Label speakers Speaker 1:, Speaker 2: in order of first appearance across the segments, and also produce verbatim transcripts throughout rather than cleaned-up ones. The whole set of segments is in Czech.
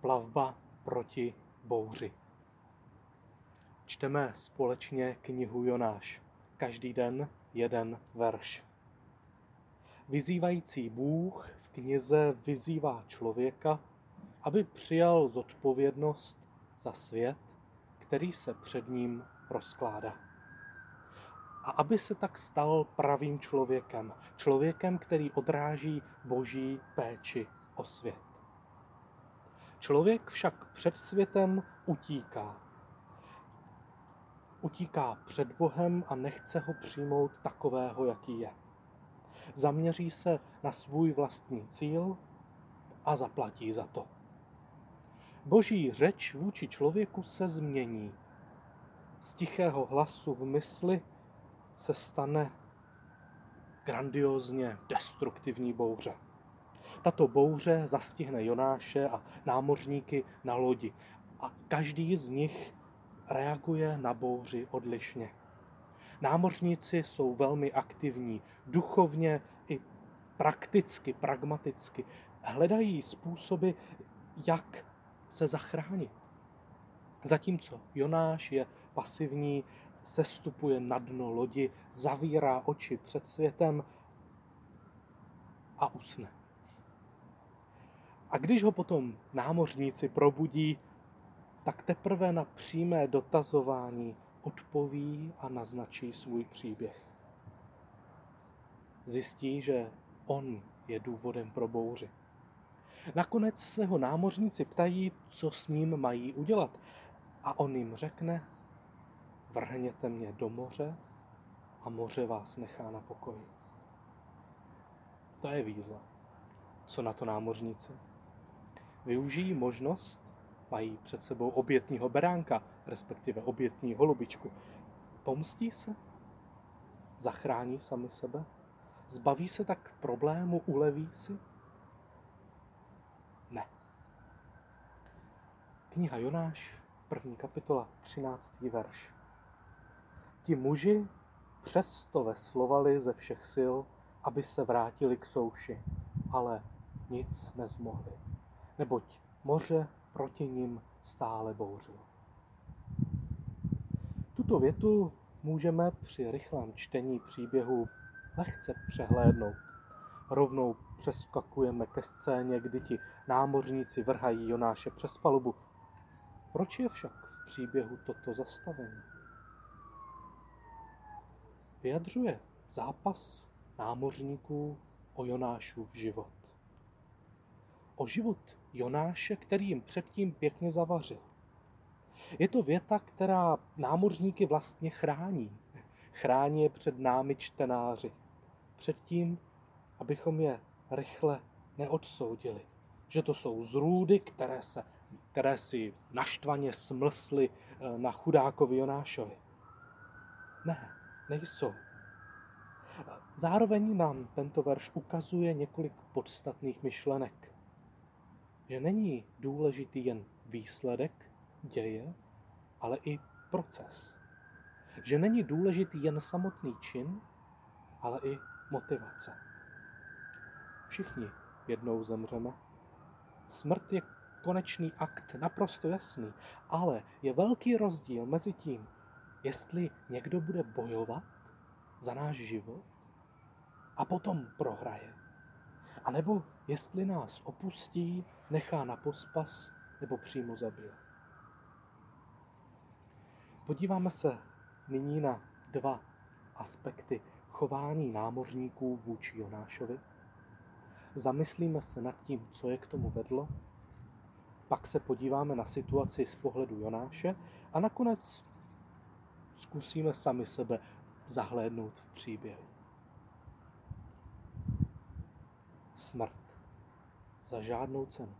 Speaker 1: Plavba proti bouři. Čteme společně knihu Jonáš. Každý den jeden verš. Vyzývající Bůh v knize vyzývá člověka, aby přijal zodpovědnost za svět, který se před ním rozkládá. A aby se tak stal pravým člověkem, člověkem, který odráží Boží péči o svět. Člověk však před světem utíká. Utíká před Bohem a nechce ho přijmout takového, jaký je. Zaměří se na svůj vlastní cíl a zaplatí za to. Boží řeč vůči člověku se změní. Z tichého hlasu v mysli se stane grandiózně destruktivní bouře. Tato bouře zastihne Jonáše a námořníky na lodi a každý z nich reaguje na bouři odlišně. Námořníci jsou velmi aktivní, duchovně i prakticky, pragmaticky. Hledají způsoby, jak se zachránit. Zatímco Jonáš je pasivní, sestupuje na dno lodi, zavírá oči před světem a usne. A když ho potom námořníci probudí, tak teprve na přímé dotazování odpoví a naznačí svůj příběh. Zjistí, že on je důvodem pro bouři. Nakonec se ho námořníci ptají, co s ním mají udělat. A on jim řekne, vrhněte mě do moře a moře vás nechá na pokoji. To je výzva. Co na to námořníci? Využijí možnost, mají před sebou obětního beránka, respektive obětní holubičku. Pomstí se? Zachrání sami sebe? Zbaví se tak problému, uleví si? Ne. Kniha Jonáš, první kapitola, třináctý verš. Ti muži přesto veslovali ze všech sil, aby se vrátili k souši, ale nic nezmohli, neboť moře proti nim stále bouřilo. Tuto větu můžeme při rychlém čtení příběhu lehce přehlédnout. Rovnou přeskakujeme ke scéně, kdy ti námořníci vrhají Jonáše přes palubu. Proč je však v příběhu toto zastavení? Vyjadřuje zápas námořníků o Jonášův život. O život Jonáše, který jim předtím pěkně zavařil. Je to věta, která námořníky vlastně chrání. Chrání je před námi čtenáři. Před tím, abychom je rychle neodsoudili. Že to jsou zrůdy, které, se, které si naštvaně smlsly na chudákovi Jonášovi. Ne, nejsou. Zároveň nám tento verš ukazuje několik podstatných myšlenek. Že není důležitý jen výsledek děje, ale i proces. Že není důležitý jen samotný čin, ale i motivace. Všichni jednou zemřeme. Smrt je konečný akt, naprosto jasný, ale je velký rozdíl mezi tím, jestli někdo bude bojovat za náš život a potom prohraje. A nebo jestli nás opustí, nechá na pospas nebo přímo zabije. Podíváme se nyní na dva aspekty chování námořníků vůči Jonášovi. Zamyslíme se nad tím, co je k tomu vedlo. Pak se podíváme na situaci z pohledu Jonáše a nakonec zkusíme sami sebe zahlédnout v příběhu. Smrt. Za žádnou cenu.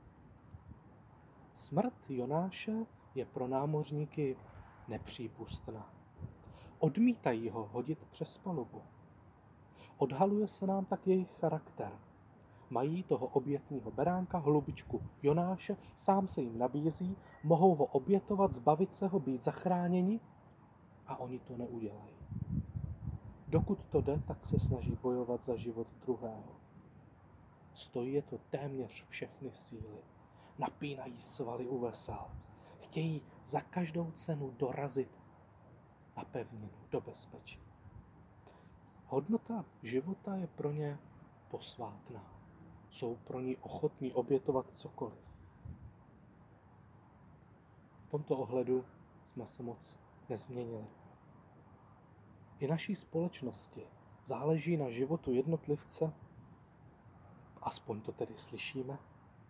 Speaker 1: Smrt Jonáše je pro námořníky nepřípustná. Odmítají ho hodit přes palubu. Odhaluje se nám tak jejich charakter. Mají toho obětního beránka, holubičku Jonáše, sám se jim nabízí, mohou ho obětovat, zbavit se ho, být zachráněni a oni to neudělají. Dokud to jde, tak se snaží bojovat za život druhého. Stojí je to téměř všechny síly. napínají svaly u vesel. Chtějí za každou cenu dorazit na pevninu, do bezpečí. Hodnota života je pro ně posvátná. Jsou pro ní ochotní obětovat cokoliv. V tomto ohledu jsme se moc nezměnili. I naší společnosti záleží na životu jednotlivce, aspoň to tedy slyšíme.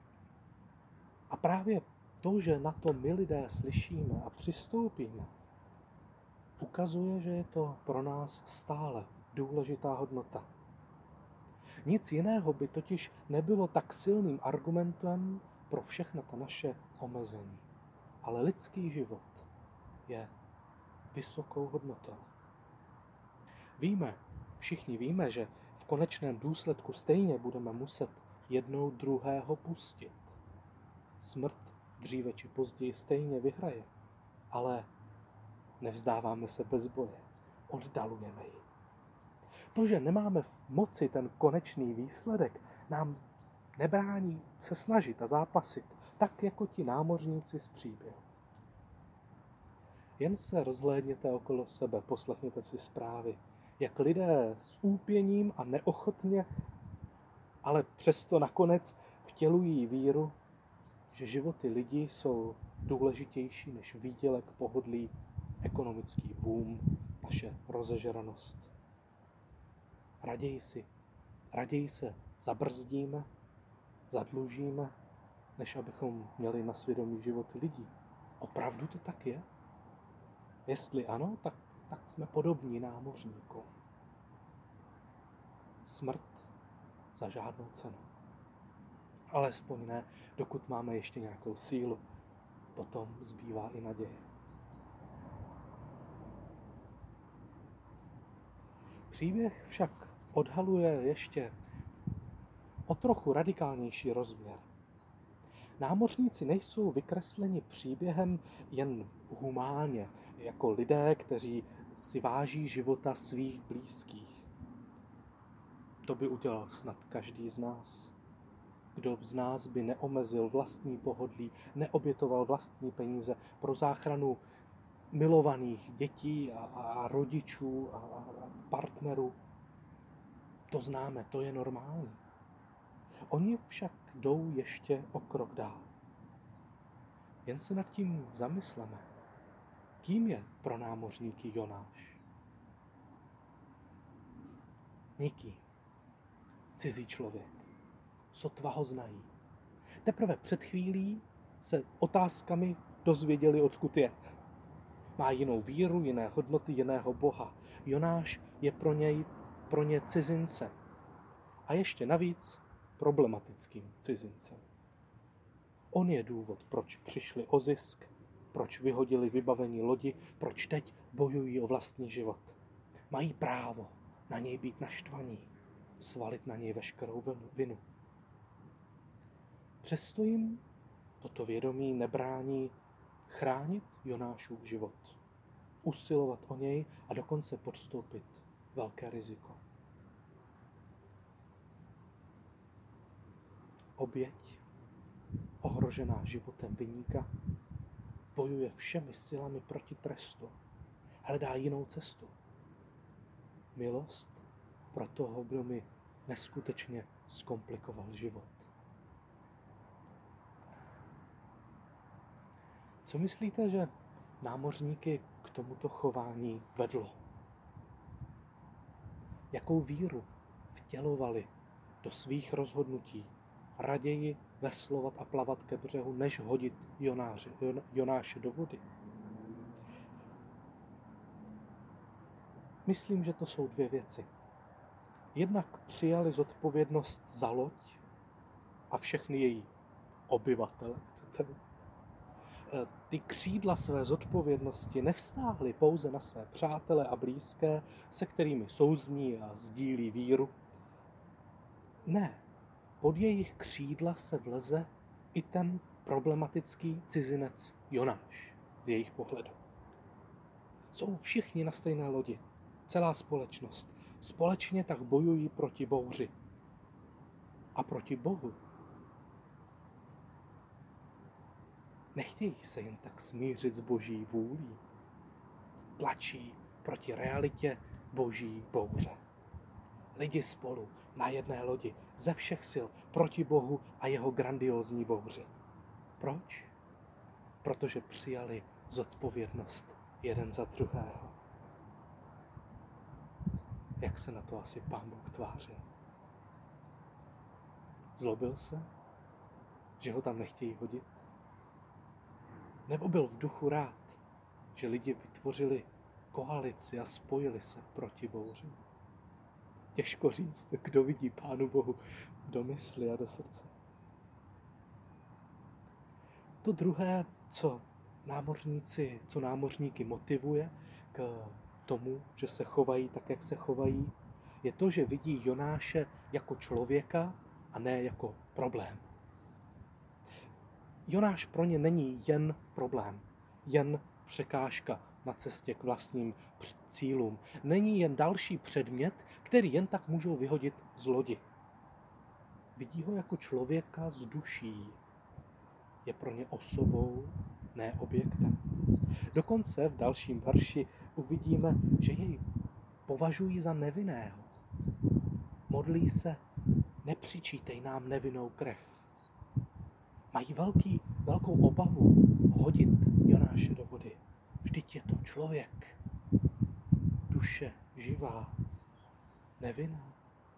Speaker 1: A právě to, že na to my lidé slyšíme a přistoupíme, ukazuje, že je to pro nás stále důležitá hodnota. Nic jiného by totiž nebylo tak silným argumentem pro všechna ta naše omezení. Ale lidský život je vysokou hodnotou. Víme, všichni víme, že v konečném důsledku stejně budeme muset jednou druhého pustit. Smrt dříve či později stejně vyhraje, ale nevzdáváme se bez boje, oddalujeme ji. To, že nemáme v moci ten konečný výsledek, nám nebrání se snažit a zápasit, tak jako ti námořníci z příběhu. Jen se rozhlédněte okolo sebe, poslechněte si zprávy, jak lidé s úpěním a neochotně, ale přesto nakonec vtělují víru, že životy lidí jsou důležitější než výdělek, pohodlí, ekonomický boom, naše rozežranost. Raději si, raději se zabrzdíme, zadlužíme, než abychom měli na svědomí životy lidí. Opravdu to tak je? Jestli ano, tak, tak jsme podobní námořníkům. Smrt za žádnou cenu. Alespoň ne, dokud máme ještě nějakou sílu. Potom zbývá i naděje. Příběh však odhaluje ještě o trochu radikálnější rozměr. Námořníci nejsou vykresleni příběhem jen humánně, jako lidé, kteří si váží života svých blízkých. To by udělal snad každý z nás. Kdo z nás by neomezil vlastní pohodlí, neobětoval vlastní peníze pro záchranu milovaných dětí a, a rodičů a, a partnerů. To známe, to je normální. Oni však jdou ještě o krok dál. Jen se nad tím zamysleme. Kým je pro námořníky Jonáš? Nikým. Cizí člověk. Sotva ho znají. Teprve před chvílí se otázkami dozvěděli, odkud je. Má jinou víru, jiné hodnoty, jiného Boha. Jonáš je pro něj, pro ně cizincem. A ještě navíc problematickým cizincem. On je důvod, proč přišli o zisk, proč vyhodili vybavení lodi, proč teď bojují o vlastní život. Mají právo na něj být naštvaní, svalit na něj veškerou vinu. Přesto jim toto vědomí nebrání chránit Jonášův život, usilovat o něj a dokonce podstoupit velké riziko. Oběť, ohrožená životem viníka, bojuje všemi silami proti trestu, hledá jinou cestu. Milost pro toho, kdo mi neskutečně zkomplikoval život. Co myslíte, že námořníky k tomuto chování vedlo? Jakou víru vtělovali do svých rozhodnutí? Raději veslovat a plavat ke břehu, než hodit Jonáře, Jonáše do vody. Myslím, že to jsou dvě věci. Jednak přijali zodpovědnost za loď a všechny její obyvatele, chcete. Ty křídla své zodpovědnosti nevstáhly pouze na své přátele a blízké, se kterými souzní a sdílí víru. Ne. Pod jejich křídla se vleze i ten problematický cizinec Jonáš z jejich pohledu. Jsou všichni na stejné lodi, celá společnost. Společně tak bojují proti bouři a proti Bohu. Nechtějí se jen tak smířit s Boží vůlí. Tlačí proti realitě Boží bouře. Lidi spolu na jedné lodi ze všech sil proti Bohu a jeho grandiózní bouři. Proč? Protože přijali zodpovědnost jeden za druhého. Jak se na to asi Pán Bůh tvářil? Zlobil se, že ho tam nechtějí hodit? Nebo byl v duchu rád, že lidi vytvořili koalici a spojili se proti bouři? Těžko říct, kdo vidí Pánu Bohu do mysli a do srdce. To druhé, co námořníci, co námořníky motivuje k tomu, že se chovají tak, jak se chovají, je to, že vidí Jonáše jako člověka a ne jako problém. Jonáš pro ně není jen problém, jen překážka na cestě k vlastním cílům. Není jen další předmět, který jen tak můžou vyhodit z lodi. Vidí ho jako člověka s duší. Je pro ně osobou, ne objektem. Dokonce v dalším verši uvidíme, že jej považují za nevinného. Modlí se, nepřičítej nám nevinnou krev. Mají velký, velkou obavu hodit Jonáše do vody. Vždyť je to člověk, duše živá, nevinná.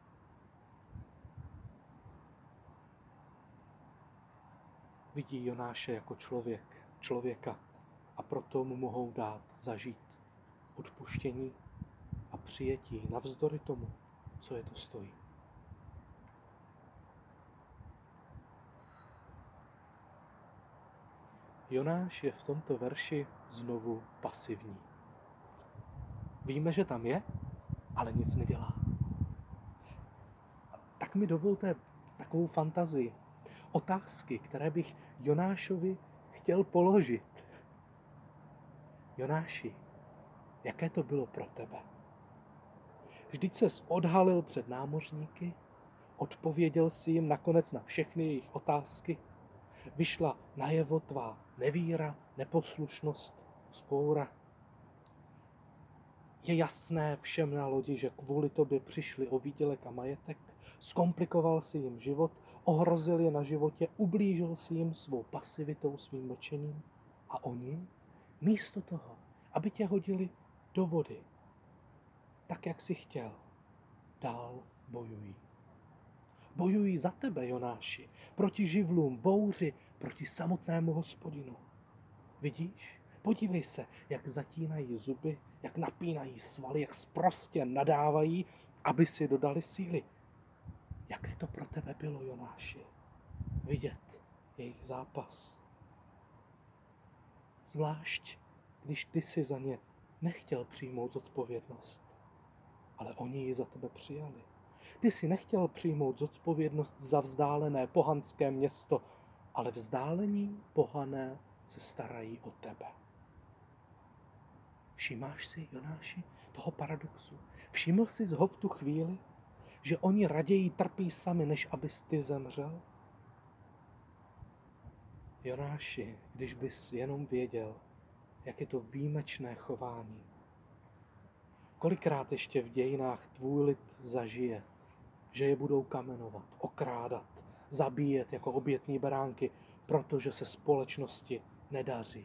Speaker 1: Vidí Jonáše jako člověk, člověka a proto mu mohou dát zažít odpuštění a přijetí navzdory tomu, co je to stojí. Jonáš je v tomto verši znovu pasivní. Víme, že tam je, ale nic nedělá. Tak mi dovolte takovou fantazii. Otázky, které bych Jonášovi chtěl položit. Jonáši, jaké to bylo pro tebe? Vždyť ses odhalil před námořníky, odpověděl si jim nakonec na všechny jejich otázky, vyšla najevo tvá nevíra, neposlušnost, vzpoura. Je jasné všem na lodi, že kvůli tobě přišli o výdělek a majetek, zkomplikoval si jim život, ohrozil je na životě, ublížil si jim svou pasivitou, svým mlčením. A oni, místo toho, aby tě hodili do vody, tak, jak jsi chtěl, dál bojují. Bojují za tebe, Jonáši, proti živlům, bouři, proti samotnému Hospodinu. Vidíš? Podívej se, jak zatínají zuby, jak napínají svaly, jak sprostě nadávají, aby si dodali síly. Jaké to pro tebe bylo, Jonáši, vidět jejich zápas. Zvlášť, když ty si za ně nechtěl přijmout zodpovědnost, ale oni ji za tebe přijali. Ty si nechtěl přijmout zodpovědnost za vzdálené pohanské město, ale vzdálení pohané se starají o tebe. Všimáš si, Jonáši, toho paradoxu? Všiml jsi ho v tu chvíli, že oni raději trpí sami, než abys ty zemřel? Jonáši, když bys jenom věděl, jak je to výjimečné chování. Kolikrát ještě v dějinách tvůj lid zažije, že je budou kamenovat, okrádat, zabíjet jako obětní beránky, protože se společnosti nedaří.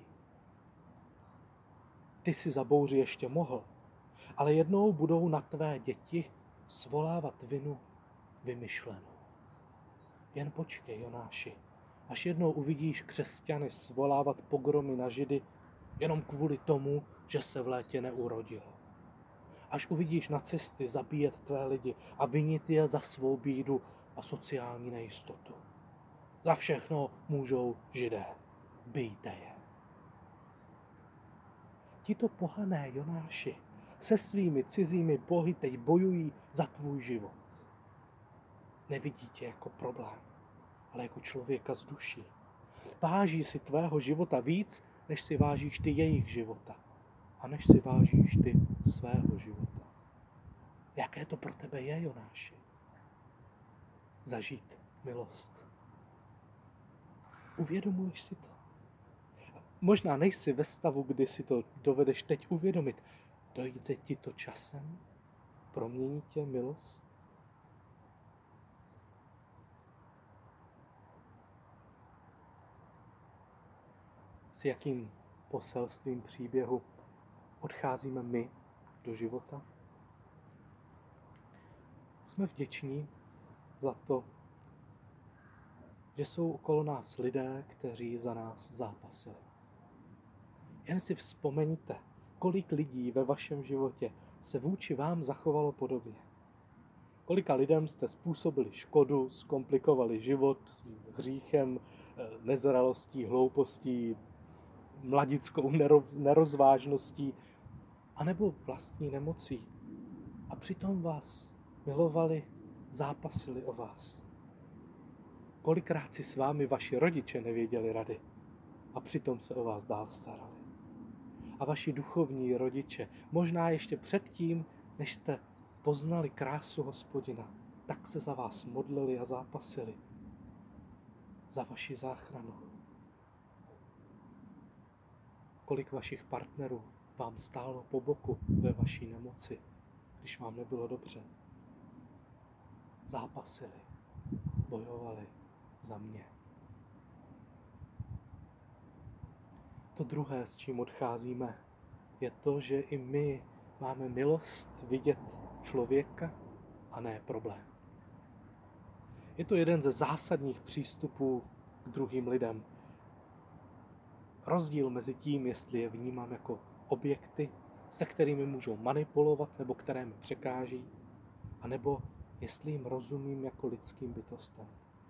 Speaker 1: Ty si za bouři ještě mohl, ale jednou budou na tvé děti svolávat vinu vymyšlenou. Jen počkej, Jonáši, až jednou uvidíš křesťany svolávat pogromy na Židy jenom kvůli tomu, že se v létě neurodilo. Až uvidíš nacisty zabíjet tvé lidi a vinit je za svou bídu a sociální nejistotu. Za všechno můžou Židé. Bijte je. Tito pohané Jonáši se svými cizími bohy teď bojují za tvůj život. Nevidí tě jako problém, ale jako člověka z duší. Váží si tvého života víc, než si vážíš ty jejich života. A než si vážíš ty svého života. Jaké to pro tebe je, Jonáši? Zažít milost. Uvědomuješ si to? možná nejsi ve stavu, kdy si to dovedeš teď uvědomit. Dojde ti to časem? Promění tě milost? S jakým poselstvím příběhu odcházíme my do života? Jsme vděční za to, že jsou okolo nás lidé, kteří za nás zápasili. Jen si vzpomeňte, kolik lidí ve vašem životě se vůči vám zachovalo podobně. Kolika lidem jste způsobili škodu, zkomplikovali život svým hříchem, nezralostí, hloupostí, mladickou nerozvážností, anebo vlastní nemocí. A přitom vás milovali, zápasili o vás. Kolikrát si s vámi vaši rodiče nevěděli rady a přitom se o vás dál starali. A vaši duchovní rodiče, možná ještě předtím, než jste poznali krásu Hospodina, tak se za vás modlili a zápasili. Za vaši záchranu. Kolik vašich partnerů vám stálo po boku ve vaší nemoci, když vám nebylo dobře. Zápasili, bojovali za mě. To druhé, s čím odcházíme, je to, že i my máme milost vidět člověka a ne problém. Je to jeden ze zásadních přístupů k druhým lidem. Rozdíl mezi tím, jestli je vnímám jako objekty, se kterými můžou manipulovat nebo které mi překáží, anebo jestli jim rozumím jako lidským bytostem.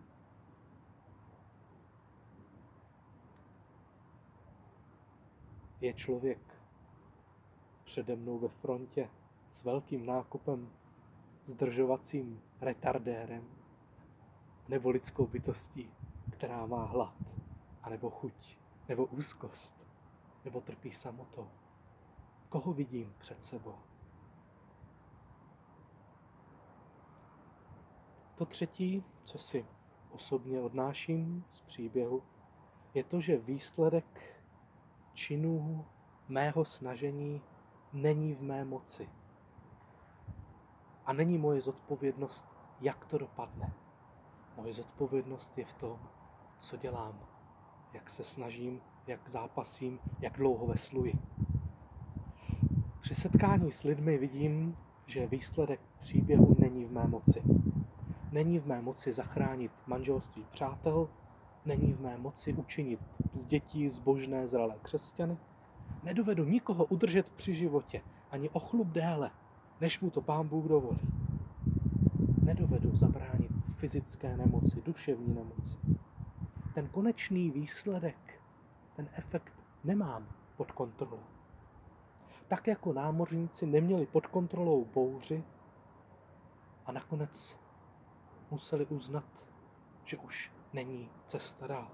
Speaker 1: Je člověk přede mnou ve frontě s velkým nákupem, zdržovacím retardérem, nebo lidskou bytostí, která má hlad, anebo chuť, nebo úzkost, nebo trpí samotou. Koho vidím před sebou? To třetí, co si osobně odnáším z příběhu, je to, že výsledek činů mého snažení není v mé moci. A není moje zodpovědnost, jak to dopadne. Moje zodpovědnost je v tom, co dělám, jak se snažím, jak zápasím, jak dlouho vesluji. Při setkání s lidmi vidím, že výsledek příběhu není v mé moci. Není v mé moci zachránit manželství přátel, není v mé moci učinit z dětí zbožné zralé křesťany. Nedovedu nikoho udržet při životě ani o chlup déle, než mu to Pán Bůh dovolí. Nedovedu zabránit fyzické nemoci, duševní nemoci. Ten konečný výsledek, ten efekt nemám pod kontrolou. Tak jako námořníci neměli pod kontrolou bouři a nakonec museli uznat, že už není cesta dál.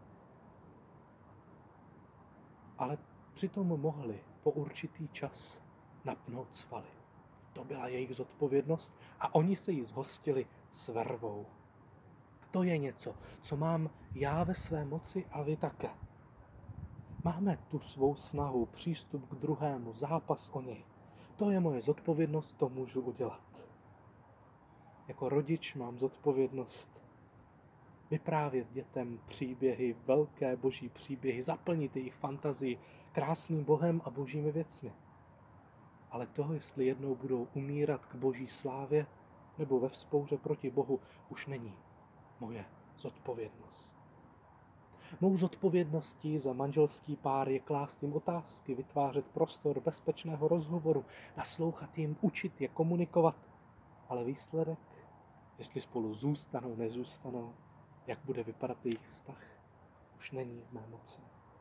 Speaker 1: Ale přitom mohli po určitý čas napnout svaly. To byla jejich zodpovědnost a oni se jí zhostili s vervou. To je něco, co mám já ve své moci a vy také. Máme tu svou snahu, přístup k druhému, zápas o něj. To je moje zodpovědnost, to můžu udělat. Jako rodič mám zodpovědnost vyprávět dětem příběhy, velké boží příběhy, zaplnit jejich fantazii krásným Bohem a božími věcmi. Ale toho, jestli jednou budou umírat k boží slávě nebo ve vzpouře proti Bohu, už není moje zodpovědnost. Mou zodpovědností za manželský pár je klást jim otázky, vytvářet prostor bezpečného rozhovoru, naslouchat jim, učit je komunikovat. Ale výsledek, jestli spolu zůstanou, nezůstanou, jak bude vypadat jejich vztah, už není v mé moci.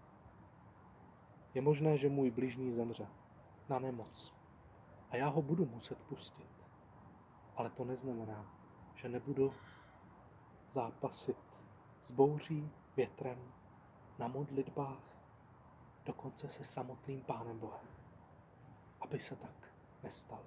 Speaker 1: Je možné, že můj bližní zemře na nemoc a já ho budu muset pustit. Ale to neznamená, že nebudu zápasit s bouří, větrem, na modlitbách, dokonce se samotným Pánem Bohem, aby se tak nestalo.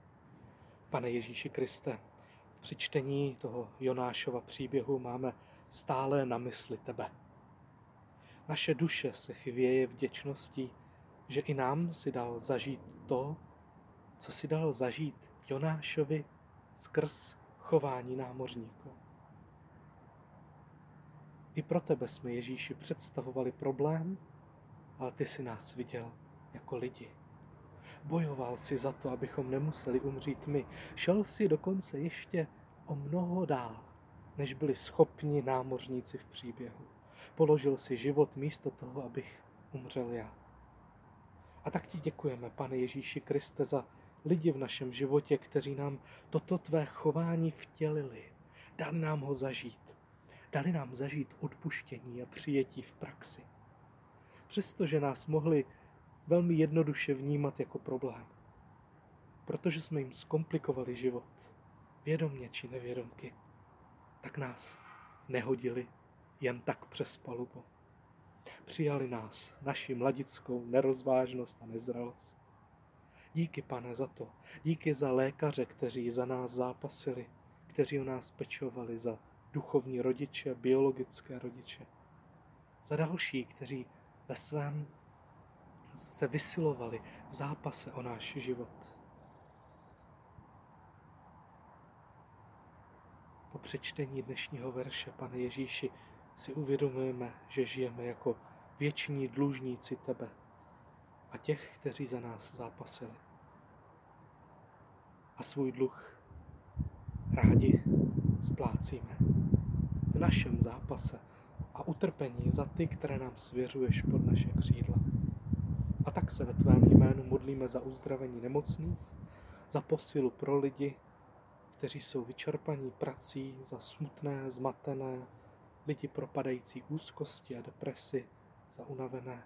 Speaker 1: Pane Ježíši Kriste, při čtení toho Jonášova příběhu máme stále na mysli tebe. Naše duše se chvěje vděčností, že i nám si dal zažít to, co si dal zažít Jonášovi skrz chování námořníků. I pro tebe jsme, Ježíši, představovali problém, ale ty si nás viděl jako lidi. Bojoval si za to, abychom nemuseli umřít my. Šel si dokonce ještě o mnoho dál, než byli schopni námořníci v příběhu. Položil si život místo toho, abych umřel já. A tak ti děkujeme, Pane Ježíši Kriste, za lidi v našem životě, kteří nám toto tvé chování vtělili. Dali nám ho zažít. Dali nám zažít odpuštění a přijetí v praxi. Přestože nás mohli velmi jednoduše vnímat jako problém. Protože jsme jim zkomplikovali život, vědomně či nevědomky, tak nás nehodili jen tak přes palubu. Přijali nás, naši mladickou nerozvážnost a nezralost. Díky, Pane, za to. Díky za lékaře, kteří za nás zápasili, kteří o nás pečovali, za duchovní rodiče, biologické rodiče. Za další, kteří ve svém se vysilovali v zápase o náš život. Po přečtení dnešního verše, Pane Ježíši, si uvědomujeme, že žijeme jako věční dlužníci tebe a těch, kteří za nás zápasili. A svůj dluh rádi splácíme v našem zápase a utrpení za ty, které nám svěřuješ pod naše křídla. A tak se ve tvém jménu modlíme za uzdravení nemocných, za posilu pro lidi, kteří jsou vyčerpaní prací, za smutné, zmatené, lidi propadající úzkosti a depresi, za unavené.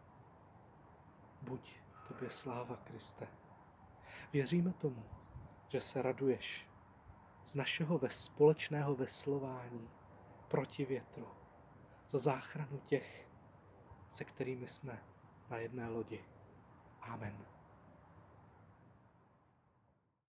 Speaker 1: Buď tobě sláva, Kriste. Věříme tomu, že se raduješ z našeho ve společného veslování proti větru, za záchranu těch, se kterými jsme na jedné lodi. Amen.